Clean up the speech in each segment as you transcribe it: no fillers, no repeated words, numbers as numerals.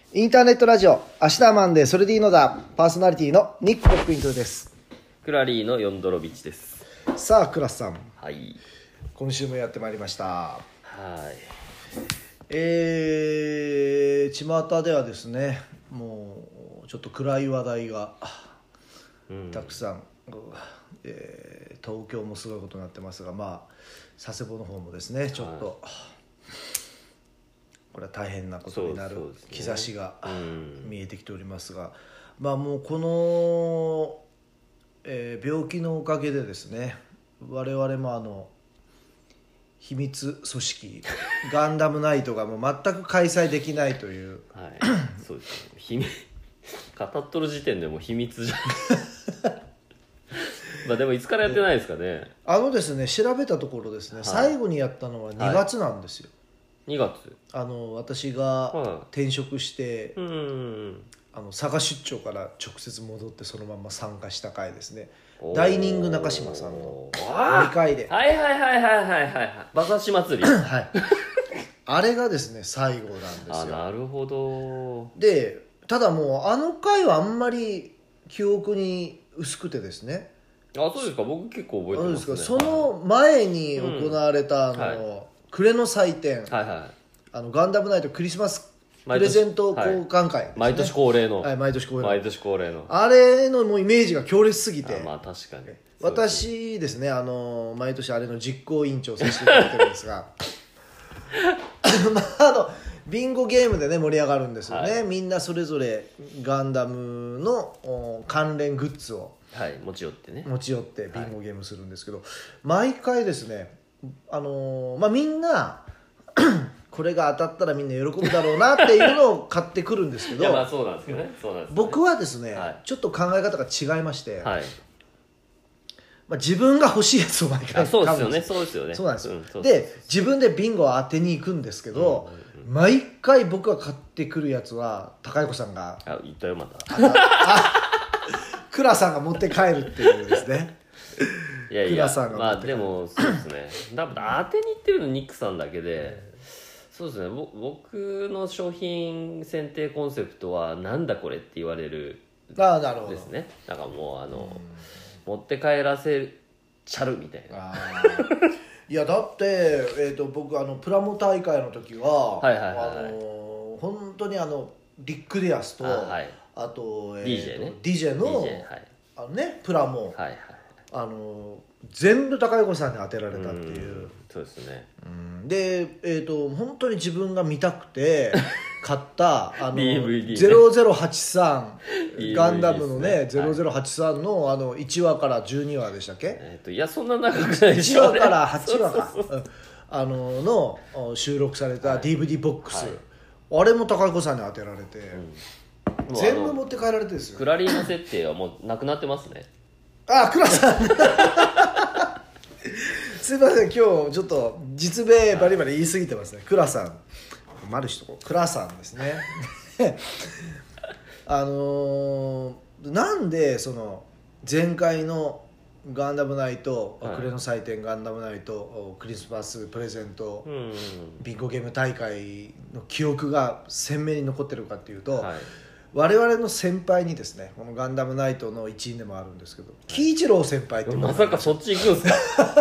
インターネットラジオ明日はマンデーそれでいいのだ。パーソナリティのニック・ポックイントです。 クラリーのヨンドロビッチです。 さあクラスさん、 はい、 今週もやってまいりました。 はい。 巷ではですね、もうちょっと暗い話題がたくさん、東京もすごいことになってますが、まあ佐世保の方もですねちょっと、これは大変なことになる兆しが見えてきておりますが、まあもうこの、病気のおかげでですね、我々も秘密組織ガンダムナイトがもう全く開催できないという、 はい、そうですね。語っとる時点でもう秘密じゃんまあでもいつからやってないですかね。 ですね、調べたところですね、最後にやったのは2月なんですよ。 2月。 私が転職して、佐賀出張から直接戻ってそのまま参加した回ですね。ダイニング中島さんの2回で、 はい馬刺し祭りはいあれがですね最後なんですよ。 なるほど。 でただもう回はあんまり記憶に薄くてですね。 そうですか。僕結構覚えてますね。 その前に行われた暮れの祭典、ガンダムナイトクリスマスプレゼント交換会、 毎年恒例の、 毎年恒例のあれのもうイメージが強烈すぎて、 まあ確かに私ですね、毎年あれの実行委員長をさせていただいてるんですがビンゴゲームでね盛り上がるんですよね、みんなそれぞれガンダムの関連グッズを持ち寄ってビンゴゲームするんですけど、毎回ですね、みんなこれが当たったらみんな喜ぶだろうなっていうのを買ってくるんですけどそうなんですけどね。 僕はですね、ちょっと考え方が違いまして、自分が欲しいやつを毎回買うんですよ。そうなんですよ。で自分でビンゴを当てに行くんですけど、毎回僕が買ってくるやつは高彦さんが言ったよまた倉さんが持って帰るっていうですね倉さんがまあでもそうですね多分当てに行ってるのニックさんだけで、そうですね。僕の商品選定コンセプトはなんだこれって言われるですね。だからもう持って帰らせちゃるみたいな。 いやだって、僕プラモ大会の時は本当にリック・ディアスと、あと、DJ のプラモ、全部高彦さんに当てられたっていう。 そうですね。 で、本当に自分が見たくて買った DVD 0083ガンダムのね、0083の1話から12話でしたっけ？ いやそんな長くないでしょうね。 1話から8話かの収録された DVD ボックス、あれも高彦さんに当てられて、全部持って帰られてですよ。 クラリーの設定はもうなくなってますね。 クラさんすいません、今日ちょっと実名バリバリ言い過ぎてますね。クラさん、マルシとクラさんですねなんでその前回のガンダムナイト、暮れの祭典ガンダムナイトクリスマスプレゼント、ビンゴゲーム大会の記憶が鮮明に残ってるかっていうと、我々の先輩にですね、このガンダムナイトの一員でもあるんですけど、喜一郎先輩ってまさかそっち行くんですか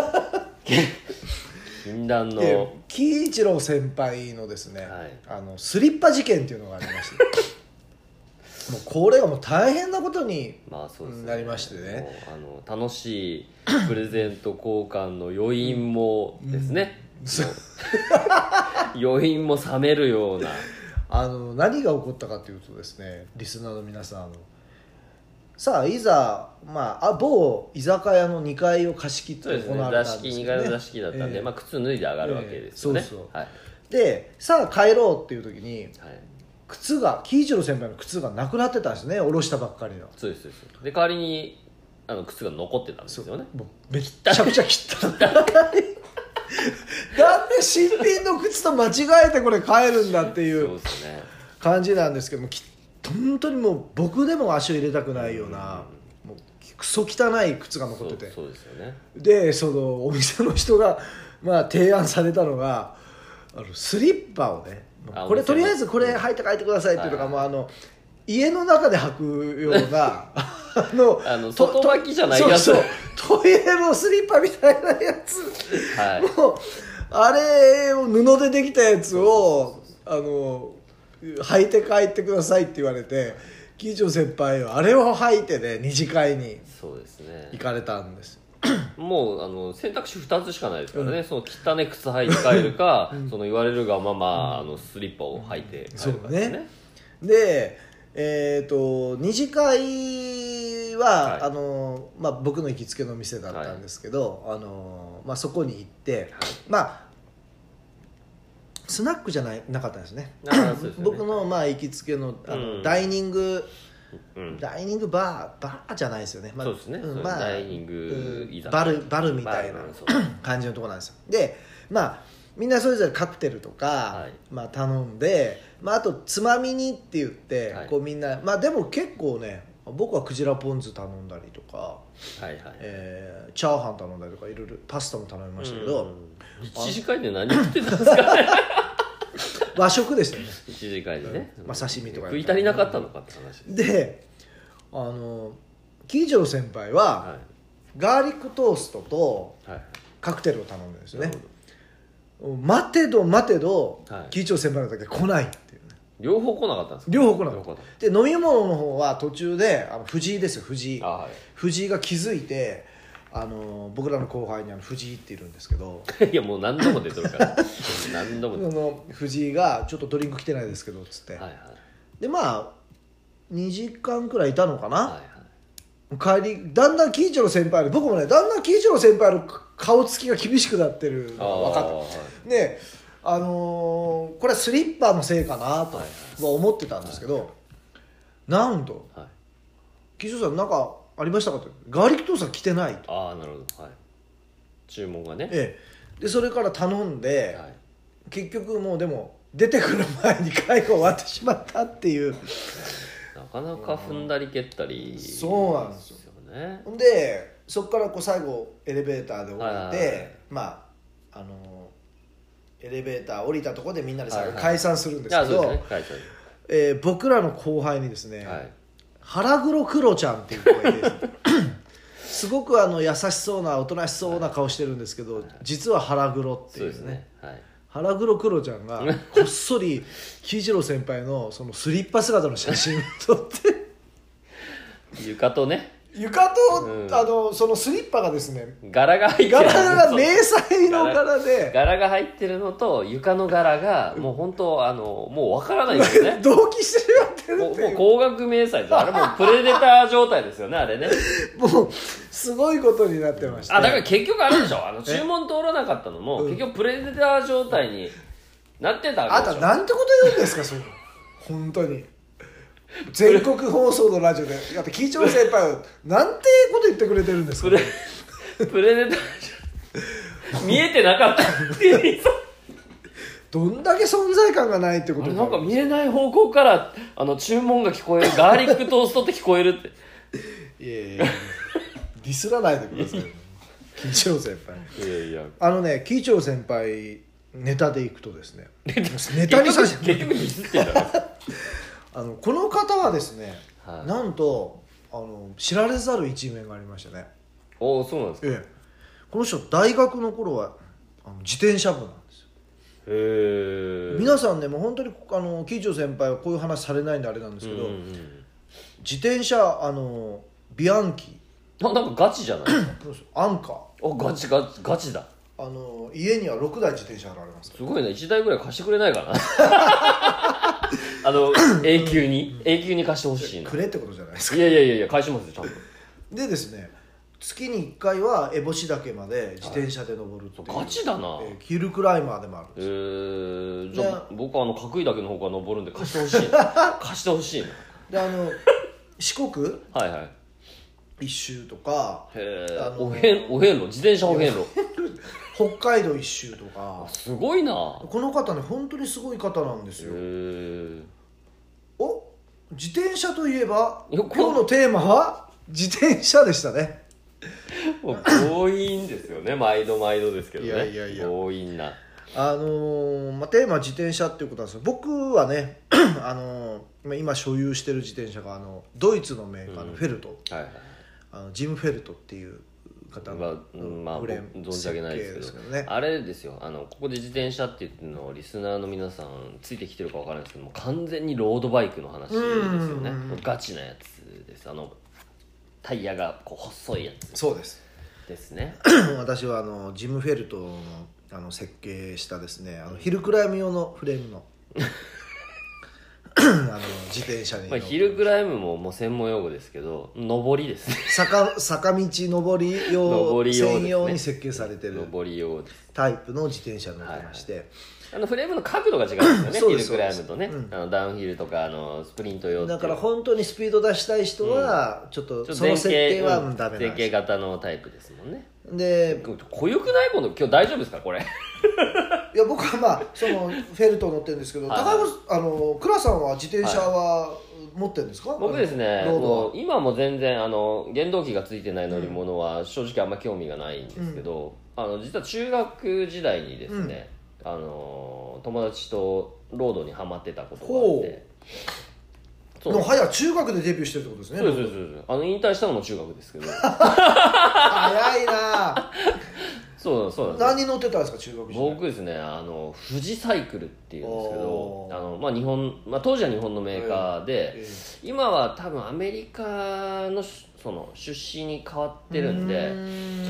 禁断の喜一郎先輩のですね、スリッパ事件っていうのがありましてもうこれがもう大変なことになりましてね、 楽しいプレゼント交換の余韻もですね、余韻も冷めるような何が起こったかというとですね、リスナーの皆さんさあいざ、某居酒屋の2階を貸し切って行われたんですけどね。2階の座敷だったんで、靴脱いで上がるわけですよね。でさあ帰ろうっていう時に、靴が喜一郎先輩の靴がなくなってたんですね。下ろしたばっかりの。 そうですで代わりに靴が残ってたんですよね。 めっちゃくちゃ汚いなんで新品の靴と間違えてこれ帰るんだっていう感じなんですけども、本当にもう僕でも足を入れたくないような、もうクソ汚い靴が残ってて、 そうですよね。 でそのお店の人が提案されたのがスリッパをねこれとりあえずこれ履いて帰ってくださいっていうのが、もう家の中で履くような外履きじゃないやつ、 そうトイレのスリッパみたいなやつ、 はい、 もうあれを布でできたやつを履いて帰ってくださいって言われて、喜一郎先輩はあれを履いてね二次会に行かれたんです。 もう選択肢2つしかないですからね、その汚ね靴履いて帰るか、その言われるがままスリッパを履いて帰るかですね。 で二次会は、僕の行きつけの店だったんですけど、そこに行って、スナックじゃなかったんですね。僕の行きつけの、ダイニングバーじゃないですよね。 そうですね。ダイニングバルみたいな感じのところなんですよ。で、みんなそれぞれカクテルとか、頼んで、あとつまみにって言って、こうみんなでも結構ね、僕はクジラポン酢頼んだりとか、チャーハン頼んだりとか、いろいろパスタも頼みましたけど、 一次会で何食ってたんですかね。 和食でしたよね。 一次会でね、 刺身とか食い足りなかったのかって話で、喜一郎先輩は、ガーリックトーストとカクテルを頼んでるんですよね。待てど喜一郎先輩の時は来ないっていうね。 両方来なかったんですか。 両方来なかった。で、飲み物の方は途中で藤井ですよ、藤井が気づいて、僕らの後輩に藤井っているんですけどいやもう何度も出てるから何度も藤井がちょっとドリンク来てないですけどっつって、で2時間くらいいたのかな、帰りだんだん喜一郎先輩僕もねだんだん喜一郎先輩の顔つきが厳しくなってるのが分かった。でこれはスリッパのせいかなとは思ってたんですけど、なんと喜一郎さんなんかありましたかって、ガーリックトーストは来てないと。 なるほど、注文がね。 でそれから頼んで、結局もうでも出てくる前に会が終わってしまったっていう。 なかなか踏んだり蹴ったり、 そうなんですよね。でそこから最後エレベーターで降りて、エレベーター降りたところでみんなで最後解散するんですけど、僕らの後輩にですね、腹黒クロちゃんっていう子がいてすごく優しそうなおとなしそうな顔してるんですけど、実は腹黒っていうね、腹黒クロちゃんがこっそり喜一郎先輩のそのスリッパ姿の写真を撮って床とそのスリッパがですね、 柄が入ってる、 柄が迷彩の柄で柄が入ってるのと床の柄がもう本当もう分からないですよね。 同期してしまってるっていう、 もう高額迷彩で、あれもうプレデター状態ですよねあれね。 もうすごいことになってました。 だから結局あれでしょ、注文通らなかったのも、結局プレデター状態になってたわけでしょ。 あんたなんてこと言うんですかそれ本当に。全国放送のラジオでだって喜一郎先輩はなんてこと言ってくれてるんですか。 プレデター見えてなかったってどんだけ存在感がないってことなんか見えない方向から注文が聞こえる、ガーリックトーストって聞こえるって。 いやディスらないでください喜一郎先輩。喜一郎先輩ネタでいくとですね、ネタにさせて結局ディスってんだからこの方はですね、なんと知られざる一面がありましたね。 そうなんですか。 この人大学の頃は自転車部なんですよ。皆さんねもう本当に喜一郎先輩はこういう話されないんであれなんですけど、自転車ビアンキなんかガチじゃないアンカーガチだ。 家には6台自転車があります。 すごいね、1台ぐらい貸してくれないかな永久に貸してほしいな。 くれってことじゃないですか。 いや返しますよちゃんと。 でですね、月に1回は烏帽子岳まで自転車で登るっていう、 ガチだな。 ヒルクライマーでもあるんですよ。 じゃあ僕は角井岳の方から登るんで貸してほしいな貸してほしいな。 で四国一周とか、 お遍路、自転車お遍路北海道一周とか。 すごいなこの方ね本当にすごい方なんですよ。自転車といえば今日のテーマは自転車でしたね。 もう強引ですよね毎度ですけどね。 いや強引な。 テーマは自転車っていうことなんですけど、僕はね今所有してる自転車がドイツのメーカーのフェルト、はいはい、ジム・フェルトっていう方のブレンド存じ上げないですけど、ね、あれですよ、ここで自転車っていうのをリスナーの皆さんついてきてるか分からないですけども、完全にロードバイクの話ですよね。ガチなやつです。タイヤがこう細いやつ。 そうですですね。 私はジム・フェルトの設計したですね、ヒルクライム用のフレームの自転車に、 ヒルクライムもう専門用語ですけど、上りですね。 坂道上り用専用に設計されてるタイプの自転車に乗ってまして、 フレームの角度が違うんですよね。ヒルクライムとね、ダウンヒルとかスプリント用だから本当にスピード出したい人はちょっとその設計はダメなんです。 前傾型のタイプですもんね。 で濃ゆくない今度、今日大丈夫ですかこれ。 いや僕はそのフェルト乗ってるんですけど、高山倉さんは自転車は持ってるんですか？ 僕ですね、もう今も全然原動機がついてない乗り物は正直あんま興味がないんですけど、実は中学時代にですね、友達とロードにハマってたことがあって。 早中学でデビューしてるってことですね。 そうです引退したのも中学ですけど。 早いな。 そうなんです。 何乗ってたんですか中学時代？ 僕ですね、富士サイクルっていうんですけど、日本、当時は日本のメーカーで、今は多分アメリカのその出資に変わってるんで、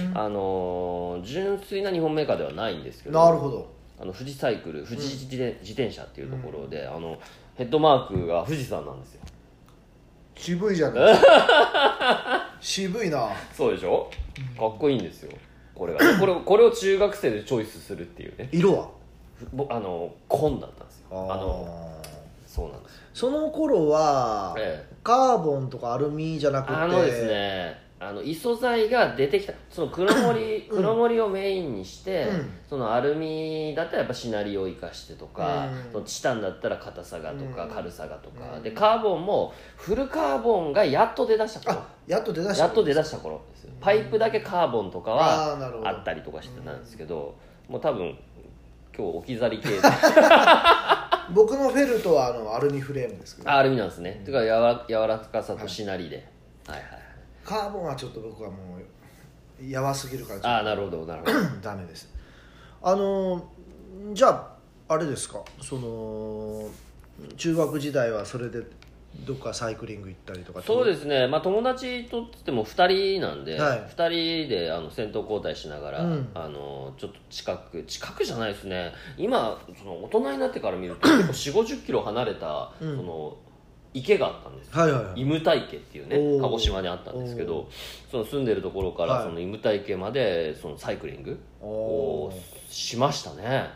純粋な日本メーカーではないんですけど。 なるほど。 富士サイクル、富士自転車っていうところで、ヘッドマークが富士山なんですよ。 渋いじゃない渋いな。 そうでしょ。かっこいいんですよこれが。これを中学生でチョイスするっていうね。 色は紺だったんですよ。そうなんですよ。 その頃は、カーボンとかアルミじゃなくてですね、異素材が出てきた。その黒森をメインにして、そのアルミだったらやっぱしなりを生かしてとか、そのチタンだったら硬さがとか、軽さがとかで、カーボンもフルカーボンがやっと出だした頃。やっと出だした頃ですよ。パイプだけカーボンとかはあったりとかしてたんですけど、もう多分今日置き去り系で僕のフェルトはアルミフレームですけど、 アルミなんですね。てか柔らかさとしなりで、 カーボンはちょっと僕はもうやわすぎるからなるほどダメです。じゃああれですか、中学時代はそれでどっかサイクリング行ったりとか？ そうですね、友達とつっても2人なんで、2人で先頭交代しながら、ちょっと近くじゃないですね。今大人になってから見ると結構4、50キロ離れた池があったんですよ。イムタ池っていうね、鹿児島にあったんですけど、その住んでるところからそのイムタ池までそのサイクリングをしましたね。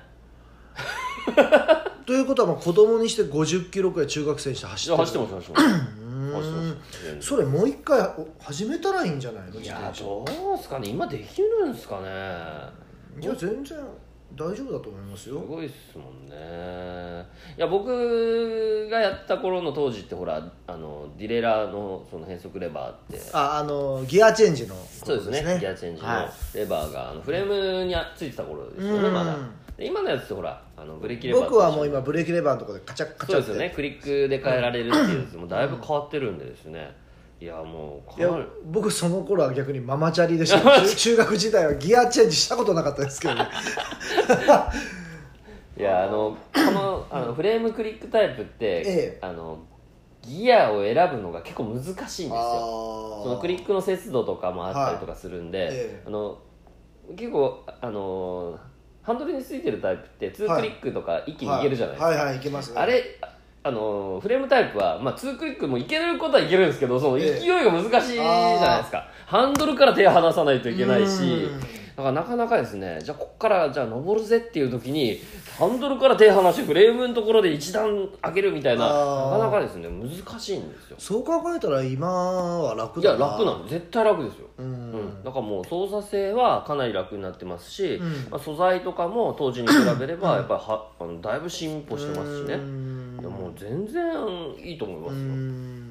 ということは子供にして50キロくらい中学生にして走ってます。それもう一回始めたらいいんじゃないの？ いやどうですかね、今できるんですかね。 いや全然大丈夫だと思いますよ。 すごいっすもんね。いや僕がやった頃の当時ってほらディレイラーのその変速レバーってギアチェンジのそうですね、ギアチェンジのレバーがフレームについてた頃ですよね、まだ。今のやつってほらブレーキレバー、 僕はもう今ブレーキレバーのところでカチャカチャって、 そうですよね、クリックで変えられるっていうやつもだいぶ変わってるんでですね。いやもう僕その頃は逆にママチャリでした。中学時代はギアチェンジしたことなかったですけどね。 いやこのフレームクリックタイプって、ギアを選ぶのが結構難しいんですよ。そのクリックの節度とかもあったりとかするんで、結構ハンドルについてるタイプって2クリックとか一気にいけるじゃないですか。 いけますね。 あれフレームタイプは、2クリックもいけることはいけるんですけど、その勢いが難しいじゃないですか。ハンドルから手を離さないといけないし、だからなかなかですね、じゃあこっから登るぜっていう時にハンドルから手離してフレームのところで一段上げるみたいな、なかなかですね難しいんですよ。 そう考えたら今は楽だな。 いや楽なの、絶対楽ですよ。だからもう操作性はかなり楽になってますし、素材とかも当時に比べればやっぱりだいぶ進歩してますしね。もう全然いいと思いますよ。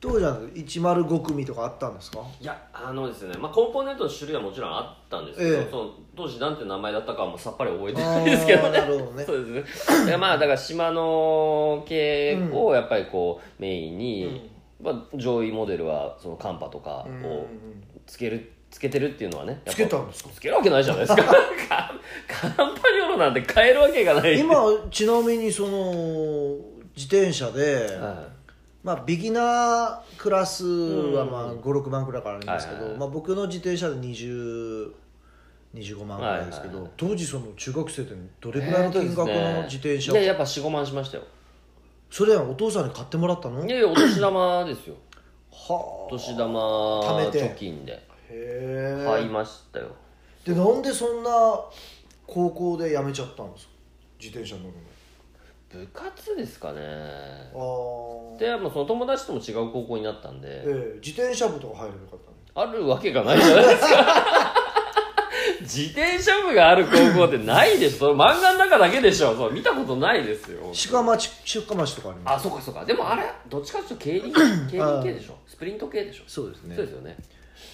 当時は105組とかあったんですか？ いやですね、コンポーネントの種類はもちろんあったんですけど、その当時なんて名前だったかはもうさっぱり覚えてないんですけどね。 なるほどね。 そうですね。だからシマノ系をやっぱりこうメインに、上位モデルはそのカンパとかをつけてるっていうのはね。 つけたんですか？ つけるわけないじゃないですか。カンパニョロなんて買えるわけがない。 今ちなみにその自転車で、ビギナークラスは5、6万くらいからあるんですけど、僕の自転車で25万くらいですけど、当時その中学生でどれくらいの金額の自転車？ やっぱ4、5万しましたよ。 それはお父さんに買ってもらったの？ いやお年玉ですよ。 はあ、お年玉貯金で買いましたよ。 でなんでそんな高校で辞めちゃったんですか？自転車乗るの。 部活ですかね。 あでもその友達とも違う高校になったんで、 自転車部とか入ればよかったの？あるわけがないじゃないですか。自転車部がある高校ってないでしょ。それ漫画の中だけでしょ。そう見たことないですよ。 出荷町とかあります。 そうか。でもあれどっちかというと競輪系でしょ。スプリント系でしょ。 そうですね。 そうですよね。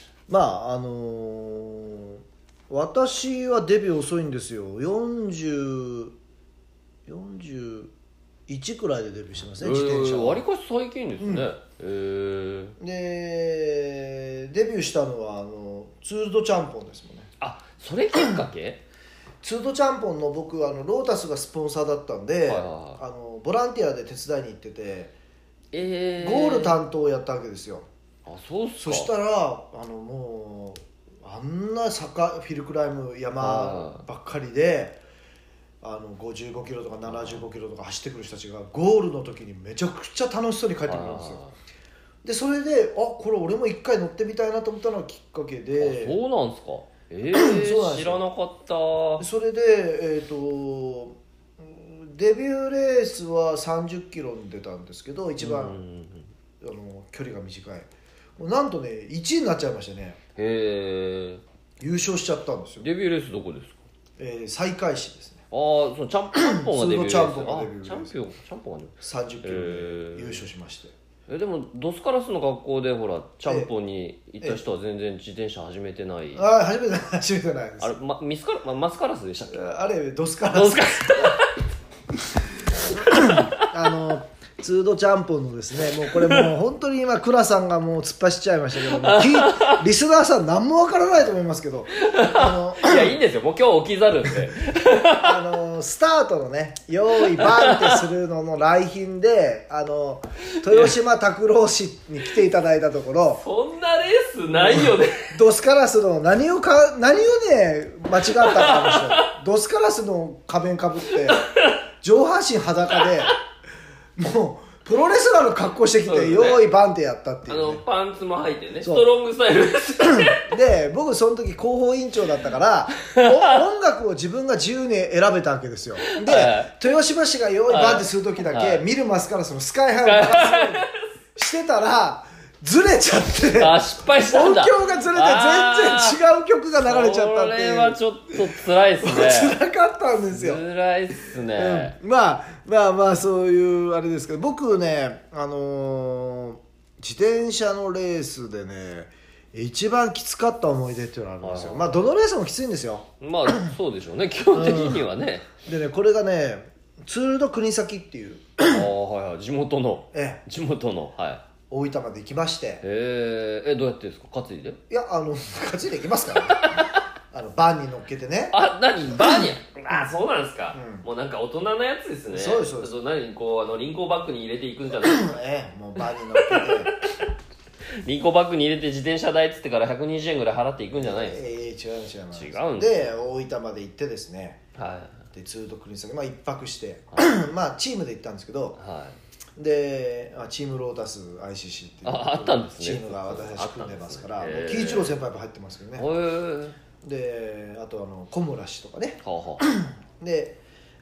私はデビュー遅いんですよ。41くらいでデビューしてますね、自転車は。 わりかし最近ですね。 でデビューしたのはツール・ド・チャンポンですもんね。 それきっかけ？ ツール・ド・チャンポンの僕ロータスがスポンサーだったんで、ボランティアで手伝いに行ってて、ゴール担当をやったわけですよ。 そうっすか。 そしたらもうあんな坂ヒルクライム山ばっかりで55キロとか75キロとか走ってくる人たちがゴールの時にめちゃくちゃ楽しそうに帰ってくるんですよ。でそれでこれ俺も一回乗ってみたいなと思ったのがきっかけで。 そうなんですか。知らなかった。 それでデビューレースは30キロに出たんですけど、一番距離が短い、なんとね1位になっちゃいましたね。優勝しちゃったんですよ。 デビューレースどこですか？ 西海市ですね。 そのチャンポンがデビューレース。 チャンポンがデビューレース。 チャンポンが 30キロで優勝しまして。 でもドスカラスの学校でほらチャンポンに行った人は全然自転車始めてない。 始めてないです。 あれ、マスカラスでしたっけ？ あれドスカラス。ツードチャンポンのですね、もうこれもう本当に今倉さんがもう突っ走っちゃいましたけども、リスナーさん何もわからないと思いますけど、 いやいいんですよ、もう今日起きざるんでスタートのね用意バンってするのの来賓で豊島拓郎氏に来ていただいたところ、 そんなレースないよね。 ドスカラスの何をね間違ったかもしれない。ドスカラスの仮面かぶって上半身裸でもうプロレスラーの格好してきて、用意バンってやったっていう、ね、 パンツも履いてね、ストロングスタイルですで僕その時広報委員長だったから音楽を自分が自由に選べたわけですよ。で、豊島氏が用意バンってする時だけ、見るマスカラスのスカイハイをしてたらずれちゃって、 失敗したんだ。 音響がずれて全然違う曲が流れちゃったっていう。 これはちょっと辛いっすね。 辛かったんですよ。 辛いっすね、 まあそういうあれですけど、僕ね自転車のレースでね一番きつかった思い出っていうのがあるんですよ。どのレースもきついんですよ。 そうでしょうね、基本的にはね、 でねこれがねツール・ド・国崎っていう地元のはい大分まで行きまして、 どうやってですか？担いで？ いや担いで行きますから、バンに乗っけてね。 何バンにそうなんですか、もうなんか大人なやつですね。 そうです何こう輪行バッグに入れていくんじゃないですか？ もうバンに乗っけて輪行バッグに入れて自転車代っつってから120円ぐらい払っていくんじゃないですか？ 違うんで大分まで行ってですね、でツール・ド・国崎一泊して、チームで行ったんですけど、でチームロータス ICC っていうあったんですね。 チームが私たち組んでますから、喜一郎先輩も入ってますけどね。であと小村氏とかね。で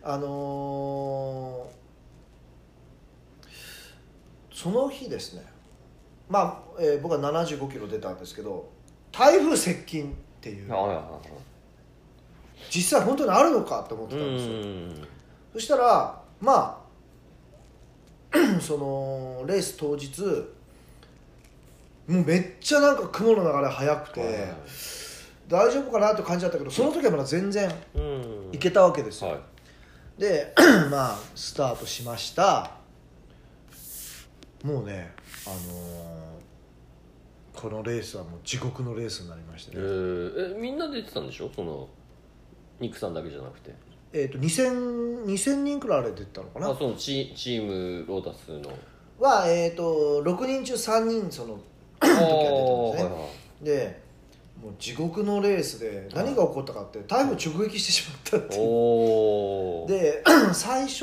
その日ですね、僕は75キロ出たんですけど、台風接近っていう、実際本当にあるのかって思ってたんですよ。そしたらそのレース当日もうめっちゃなんか雲の流れ速くて、大丈夫かなって感じだったけど、その時はまだ全然いけたわけですよ、でまあスタートしました。もうねこのレースはもう地獄のレースになりましてね。 みんな出てたんでしょ、そのニックさんだけじゃなくて。 2000人くらいあれ出てたのかな。 そのチームロータスのは6人中3人その時は出てますね。でもう地獄のレースで何が起こったかって台風直撃してしまったっていう。で最初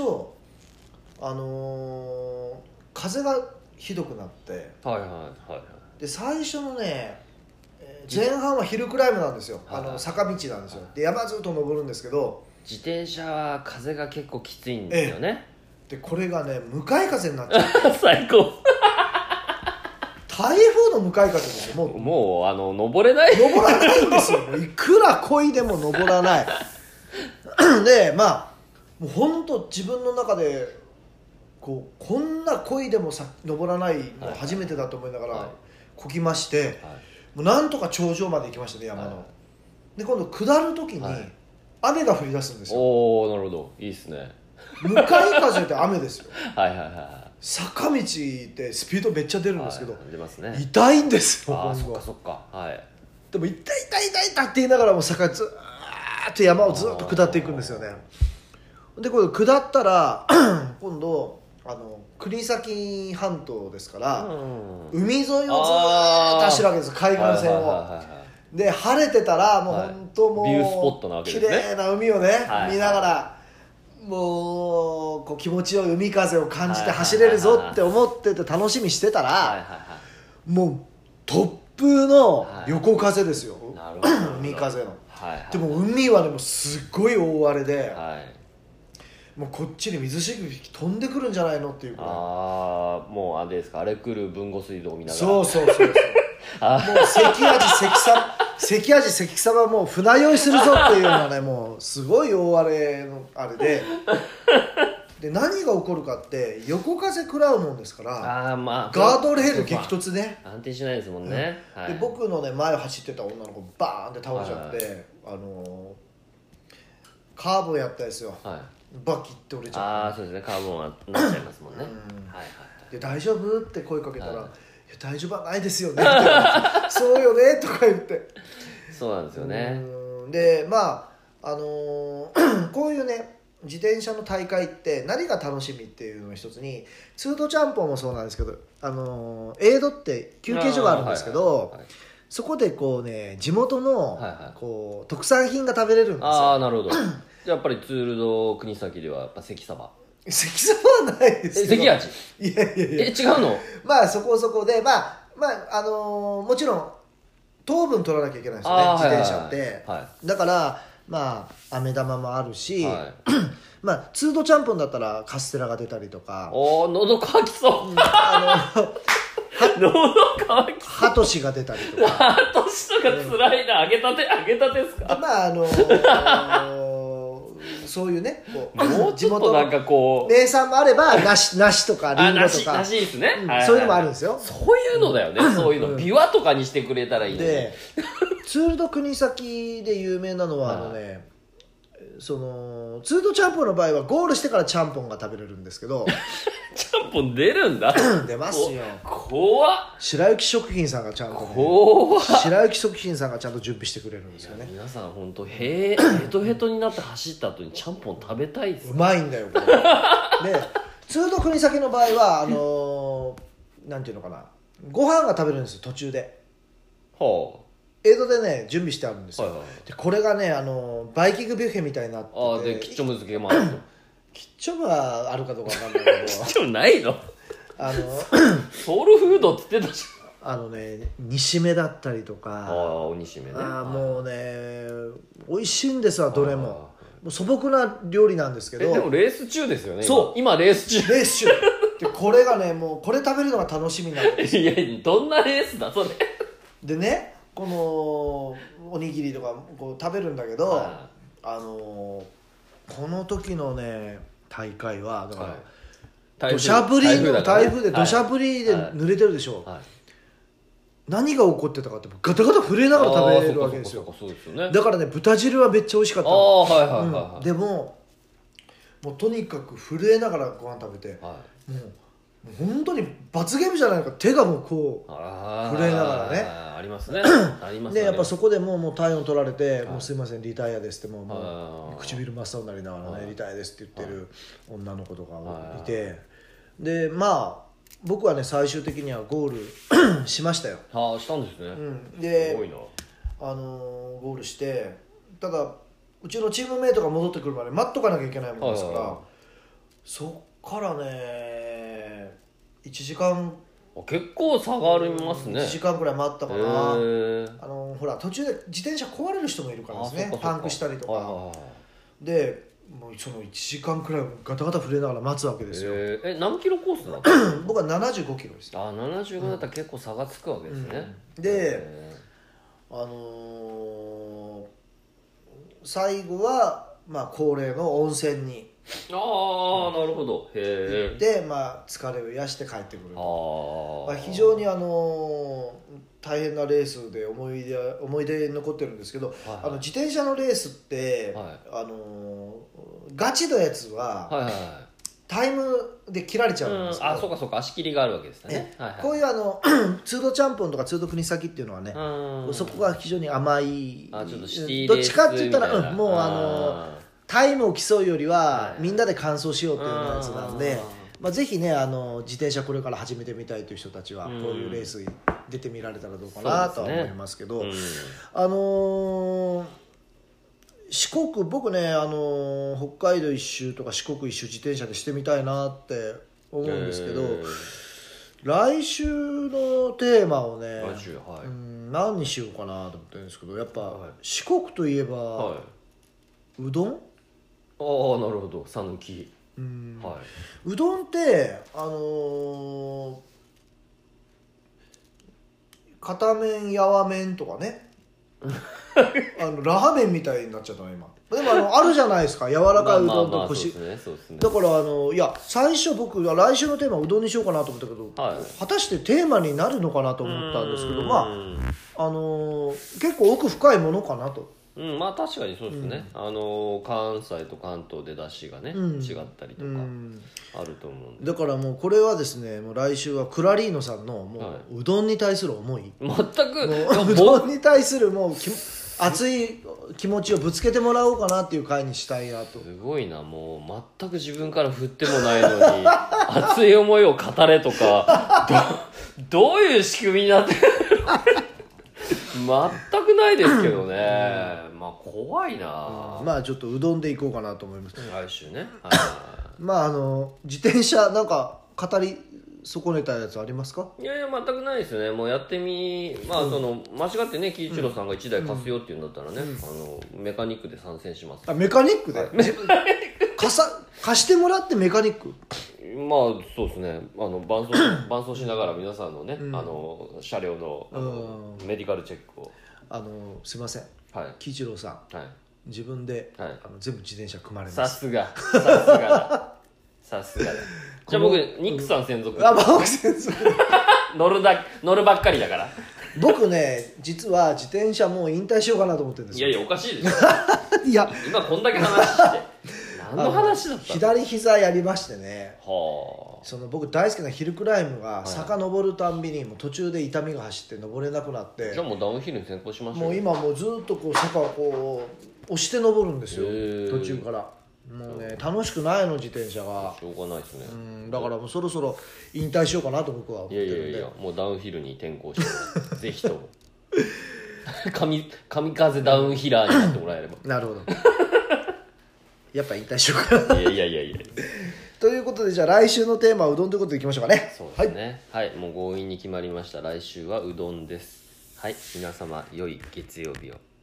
風がひどくなって、で最初のね前半はヒルクライムなんですよ、坂道なんですよ。で山ずっと登るんですけど、 自転車は風が結構きついんですよね。 でこれがね向かい風になっちゃって最高台風の向かい風ですよ。 もう登れない登らないんですよ。いくら漕いでも登らないでまあもう本当自分の中でこんな漕いでも登らないのは初めてだと思いながら漕ぎまして、もうなんとか頂上まで行きましたね、山の。で今度下る時に雨が降り出すんですよ。 おお、なるほど、いいですね。 向かい風って雨ですよ坂道ってスピードめっちゃ出るんですけど、 出ますね、 痛いんですよ。 そっかそっか。 でも痛いって言いながらも坂ずーっと山をずっと下っていくんですよね。でこれ下ったら今度国東半島ですから、海沿いをずーっと走るわけですよ、海岸線を。で晴れてたらもう本当もうビュースポットなわけですね。 綺麗な海をね、見ながらもう気持ちよい海風を感じて走れるぞって思ってて楽しみしてたら、もう突風の横風ですよ、海風の。でも海はねもうすっごい大荒れで、もうこっちに水しぶき飛んでくるんじゃないのっていうくらい。 もうあれですか、あれ来る豊後水道を見ながら。 そうもう関味関様はもう船酔いするぞっていうのはねもうすごい大荒れのあれでで何が起こるかって横風食らうもんですから、ガードレール激突ね、 安定しないですもんね、 で僕のね前を走ってた女の子バーンって倒れちゃって、カーブをやったですよ、バキって折れちゃって。 そうですね、カーボンはなっちゃいますもんね。 で大丈夫って声かけたら、いや大丈夫はないですよねってそうよねとか言って。 そうなんですよね。 でまあこういうね自転車の大会って何が楽しみっていうのの一つに、ツードチャンポンもそうなんですけど、エイドって休憩所があるんですけど、そこでこうね地元のこう特産品が食べれるんですよ。 なるほどやっぱりツールド国崎ではやっぱ関サバはないですけど、 関味いや違うの。 まあそこそこでもちろん糖分取らなきゃいけないですよね、自転車って、だからまあ飴玉もあるし、まあツードちゃんぽんだったらカステラが出たりとか、 喉乾きそう、喉乾きそう、 ハトシが出たりとか。 ハトシとかつらいな、揚げたてですか。 まあそういうねもうちょっとなんかこう名産もあれば梨とかリンゴとか梨ですね、 そういうのもあるんですよ。 そういうのだよね、そういうのビワとかにしてくれたらいいので、 ツールド国崎で有名なのはそのツードちゃんぽんの場合はゴールしてからちゃんぽんが食べれるんですけどちゃんぽん出るんだ出ますよ。 怖っ。 白雪食品さんがちゃんと白雪食品さんがちゃんと準備してくれるんですよね。 皆さん本当ヘトヘトになって走った後にちゃんぽん食べたいです。 うまいんだよこれでツード国崎の場合はなんていうのかな、ご飯が食べれるんですよ途中で。江戸でね準備してあるんですよ、でこれがねバイキングビュッフェみたいになってて、 でキッチョム漬けもあるとキッチョムはあるかどうかわかんないけどキッチョムないのソウルフードって言ってたじゃん。煮しめだったりとか、 お煮しめね、 もうね美味しいんですわどれも。もう素朴な料理なんですけど、 でもレース中ですよね。 そう今レース中でこれがねもうこれ食べるのが楽しみなんですよ。 いやどんなレースだそれでねこのおにぎりとかこう食べるんだけど、この時のね大会はだから土砂降りの台風で土砂降りで濡れてるでしょ、 何が起こってたかってガタガタ震えながら食べれるわけですよ。だからね豚汁はめっちゃ美味しかったの。 はいはいはいはい、 でもうとにかく震えながらご飯食べて、もう本当に罰ゲームじゃないのか、手がもうこう震えながらねありますねありますね。でやっぱそこでもう体温取られて、もうすいませんリタイアですってもう唇真っ青になりながらね、リタイアですって言ってる女の子とかがいて、でまあ僕はね最終的にはゴールしましたよ。 したんですね。 ですごいな。ゴールして、ただうちのチームメイトが戻ってくるまで待っとかなきゃいけないもんですから、そっからね1時間結構差がありますね。 1時間くらい待ったかな。ほら途中で自転車壊れる人もいるからですね、パンクしたりとかで、もうその1時間くらいガタガタ震えながら待つわけですよ。 何キロコースだったの？ 僕は75キロです。 75だったら結構差がつくわけですね。 で最後はまあ恒例の温泉になるほど。 でまあ疲れを癒して帰ってくると。非常に大変なレースで思い出に残ってるんですけど、自転車のレースって、ガチのやつは、タイムで切られちゃうんですけど、 そうかそうか、足切りがあるわけですね。 こういうツードチャンポンとかツード国崎っていうのはね、そこが非常に甘い、 ちょっとシティレースどっちかって言ったら、もうタイムを競うよりはみんなで完走しようというようなやつなんで、ぜひね自転車これから始めてみたいという人たちはこういうレースに出てみられたらどうかなとは思いますけど、四国、僕ね北海道一周とか四国一周自転車でしてみたいなって思うんですけど、来週のテーマをね、何にしようかなと思ってるんですけど、やっぱ四国といえば、うどん？ なるほど、讃岐。 うどんって片面やわ麺とかねラーメンみたいになっちゃったの今。でもあるじゃないですか、柔らかいうどんと串。だからいや最初僕来週のテーマうどんにしようかなと思ったけど、果たしてテーマになるのかなと思ったんですけど、結構奥深いものかなと。 確かにそうですね。関西と関東で出汁がね、違ったりとかあると思うんで、 だからもうこれはですね、もう来週はクラリーノさんのもううどんに対する思い、 全くうどんに対するもう熱い気持ちをぶつけてもらおうかなっていう回にしたいなと。 すごいな、もう全く自分から振ってもないのに熱い思いを語れとかどういう仕組みになってる全くないですけどね。怖いな。 ちょっとうどんでいこうかなと思います。 来週ね。 自転車なんか語り損ねたやつありますか？ いや全くないですね。もうやってみその間違ってね喜一郎さんが1台貸すよって言うんだったらね、メカニックで参戦します。 メカニックで、貸してもらってメカニック。 そうですね。伴走しながら皆さんのね、車両のメディカルチェックを。 すいません。喜一郎さん。自分で全部自転車組まれます。 さすがだ。さすがだ。じゃあ僕ニックさん専属。 僕専属。 乗るばっかりだから。 僕ね実は自転車もう引退しようかなと思ってるんですよ。 いやおかしいですよ。 いや今こんだけ話して何の話だったの？ 左膝やりましてね。その僕大好きなヒルクライムが坂登るたんびにもう途中で痛みが走って登れなくなって、 じゃあもうダウンヒルに転向しましょう。 もう今もうずっとこう坂をこう押して登るんですよ途中から。もうね楽しくないの自転車が。 しょうがないですね。 だからもうそろそろ引退しようかなと僕は思ってるんで。 いやもうダウンヒルに転向してぜひとも神風ダウンヒラーになってもらえれば。 なるほどやっぱ引退しようかな。 いやということでじゃあ来週のテーマはうどんということでいきましょうかね。 そうですね。もう強引に決まりました。来週はうどんです。皆様良い月曜日を。